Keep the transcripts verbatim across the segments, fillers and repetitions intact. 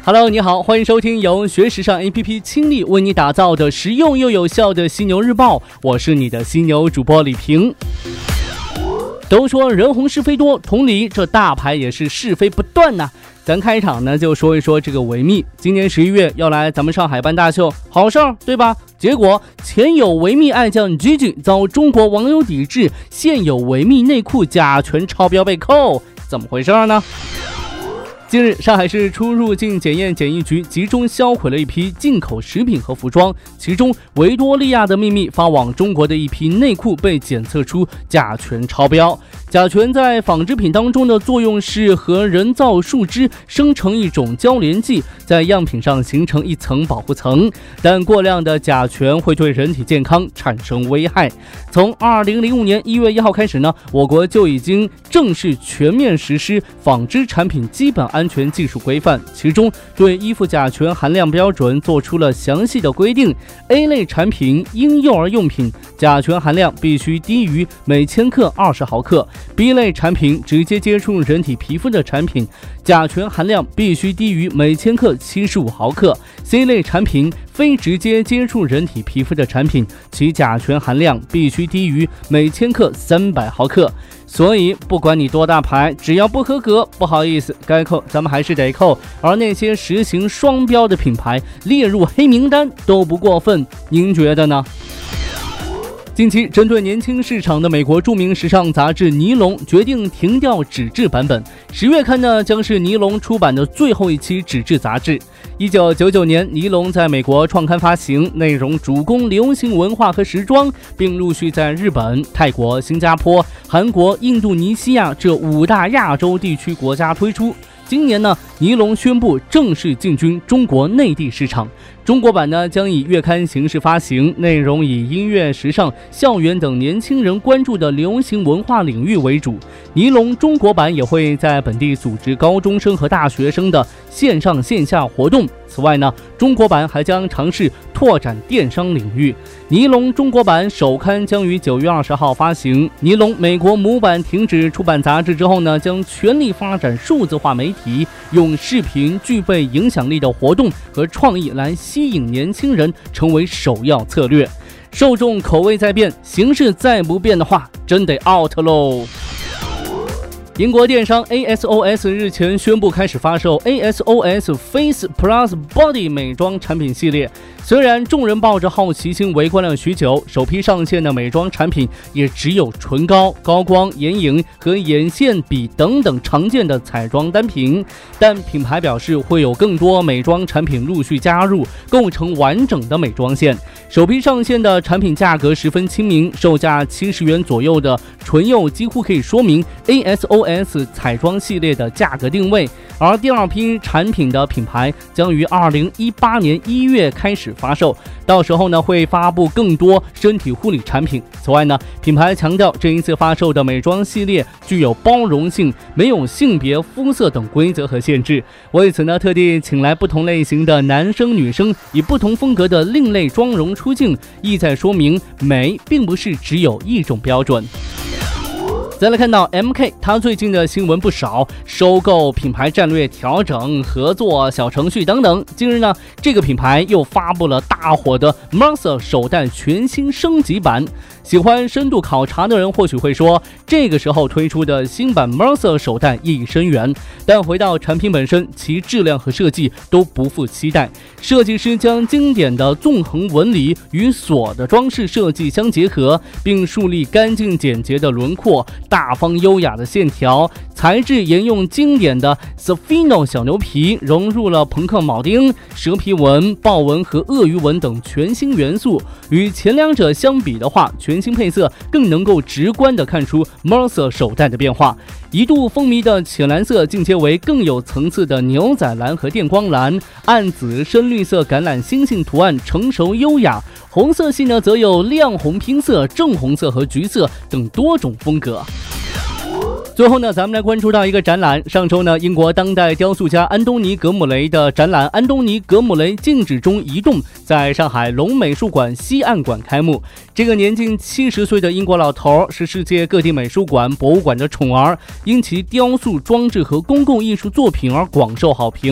Hello， 你好，欢迎收听由学时尚 A P P 倾力为你打造的实用又有效的犀牛日报，我是你的犀牛主播李平。都说人红是非多，同理这大牌也是是非不断呐、啊。咱开场呢就说一说这个维密，今年十一月要来咱们上海办大秀，好事儿对吧？结果前有维密爱将 Gigi 遭中国网友抵制，现有维密内裤甲醛超标被扣，怎么回事呢？近日，上海市出入境检验检疫局集中销毁了一批进口食品和服装，其中维多利亚的秘密发往中国的一批内裤被检测出甲醛超标。甲醛在纺织品当中的作用是和人造树脂生成一种交联剂，在样品上形成一层保护层，但过量的甲醛会对人体健康产生危害。从二零零五年一月一号开始呢，我国就已经正式全面实施纺织产品基本安全技术规范，其中对依附甲醛含量标准做出了详细的规定。 A 类产品婴幼儿用品甲醛含量必须低于每千克二十毫克， B 类产品直接接触人体皮肤的产品甲醛含量必须低于每千克七十五毫克， C 类产品非直接接触人体皮肤的产品，其甲醛含量必须低于每千克三百毫克。所以不管你多大牌，只要不合格，不好意思，该扣咱们还是得扣。而那些实行双标的品牌列入黑名单都不过分，您觉得呢？近期，针对年轻市场的美国著名时尚杂志《尼龙》决定停掉纸质版本。十月刊呢，将是尼龙出版的最后一期纸质杂志。一九九九年，尼龙在美国创刊发行，内容主攻流行文化和时装，并陆续在日本、泰国、新加坡、韩国、印度尼西亚这五大亚洲地区国家推出。今年呢，尼龙宣布正式进军中国内地市场。中国版呢将以月刊形式发行，内容以音乐、时尚、校园等年轻人关注的流行文化领域为主。尼龙中国版也会在本地组织高中生和大学生的线上线下活动。此外呢，中国版还将尝试拓展电商领域。尼龙中国版首刊将于九月二十号发行。尼龙美国母版停止出版杂志之后呢，将全力发展数字化媒体，用视频具备影响力的活动和创意来吸引年轻人，成为首要策略。受众口味在变，形式再不变的话，真得 out 喽。英国电商 A S O S 日前宣布开始发售 A S O S Face Plus Body 美妆产品系列。虽然众人抱着好奇心围观了许久，首批上线的美妆产品也只有唇膏、高光、眼影和眼线笔等等常见的彩妆单品，但品牌表示会有更多美妆产品陆续加入，构成完整的美妆线。首批上线的产品价格十分亲民，售价七十元左右的唇釉几乎可以说明 A S O S 彩妆系列的价格定位。而第二批产品的品牌将于二零一八年一月开始发售，到时候呢会发布更多身体护理产品。此外呢，品牌强调这一次发售的美妆系列具有包容性，没有性别、肤色等规则和限制。为此呢，特地请来不同类型的男生女生，以不同风格的另类妆容出镜，意在说明美并不是只有一种标准。再来看到 M K， 他最近的新闻不少，收购、品牌战略调整、合作、小程序等等。近日呢，这个品牌又发布了大火的 Mercer 手袋全新升级版。喜欢深度考察的人或许会说，这个时候推出的新版 Mercer 手袋意义深远，但回到产品本身，其质量和设计都不负期待。设计师将经典的纵横纹理与锁的装饰设计相结合，并树立干净简洁的轮廓、大方优雅的线条，材质沿用经典的 Safino 小牛皮，融入了朋克铆钉、蛇皮纹、豹纹和鳄鱼纹等全新元素。与前两者相比的话，全新配色更能够直观地看出 Mercer 手袋的变化。一度风靡的浅蓝色进阶为更有层次的牛仔蓝和电光蓝，暗紫、深绿色橄榄星星图案成熟优雅。红色系呢，则有亮红拼色、正红色和橘色等多种风格。最后呢，咱们来关注到一个展览。上周呢，英国当代雕塑家安东尼·格姆雷的展览《安东尼·格姆雷静止中移动》在上海龙美术馆西岸馆开幕。这个年近七十岁的英国老头是世界各地美术馆、博物馆的宠儿，因其雕塑、装置和公共艺术作品而广受好评。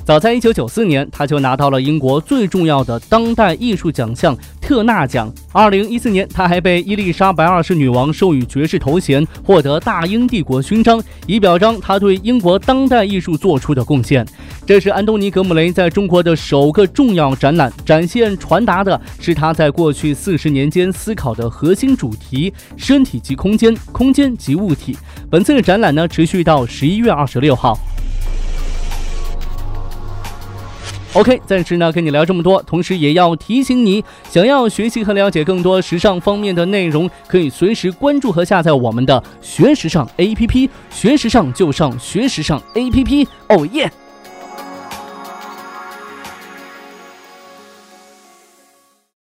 早在一九九四年，他就拿到了英国最重要的当代艺术奖项特纳奖。二零一四年，他还被伊丽莎白二世女王授予爵士头衔，获得大英帝国勋章，以表彰他对英国当代艺术做出的贡献。这是安东尼·格姆雷在中国的首个重要展览，展现传达的是他在过去四十年间思考的核心主题：身体即空间，空间即物体。本次的展览呢，持续到十一月二十六号。OK， 暂时呢跟你聊这么多，同时也要提醒你，想要学习和了解更多时尚方面的内容，可以随时关注和下载我们的学时尚 A P P， 学时尚就上学时尚 A P P， 哦耶！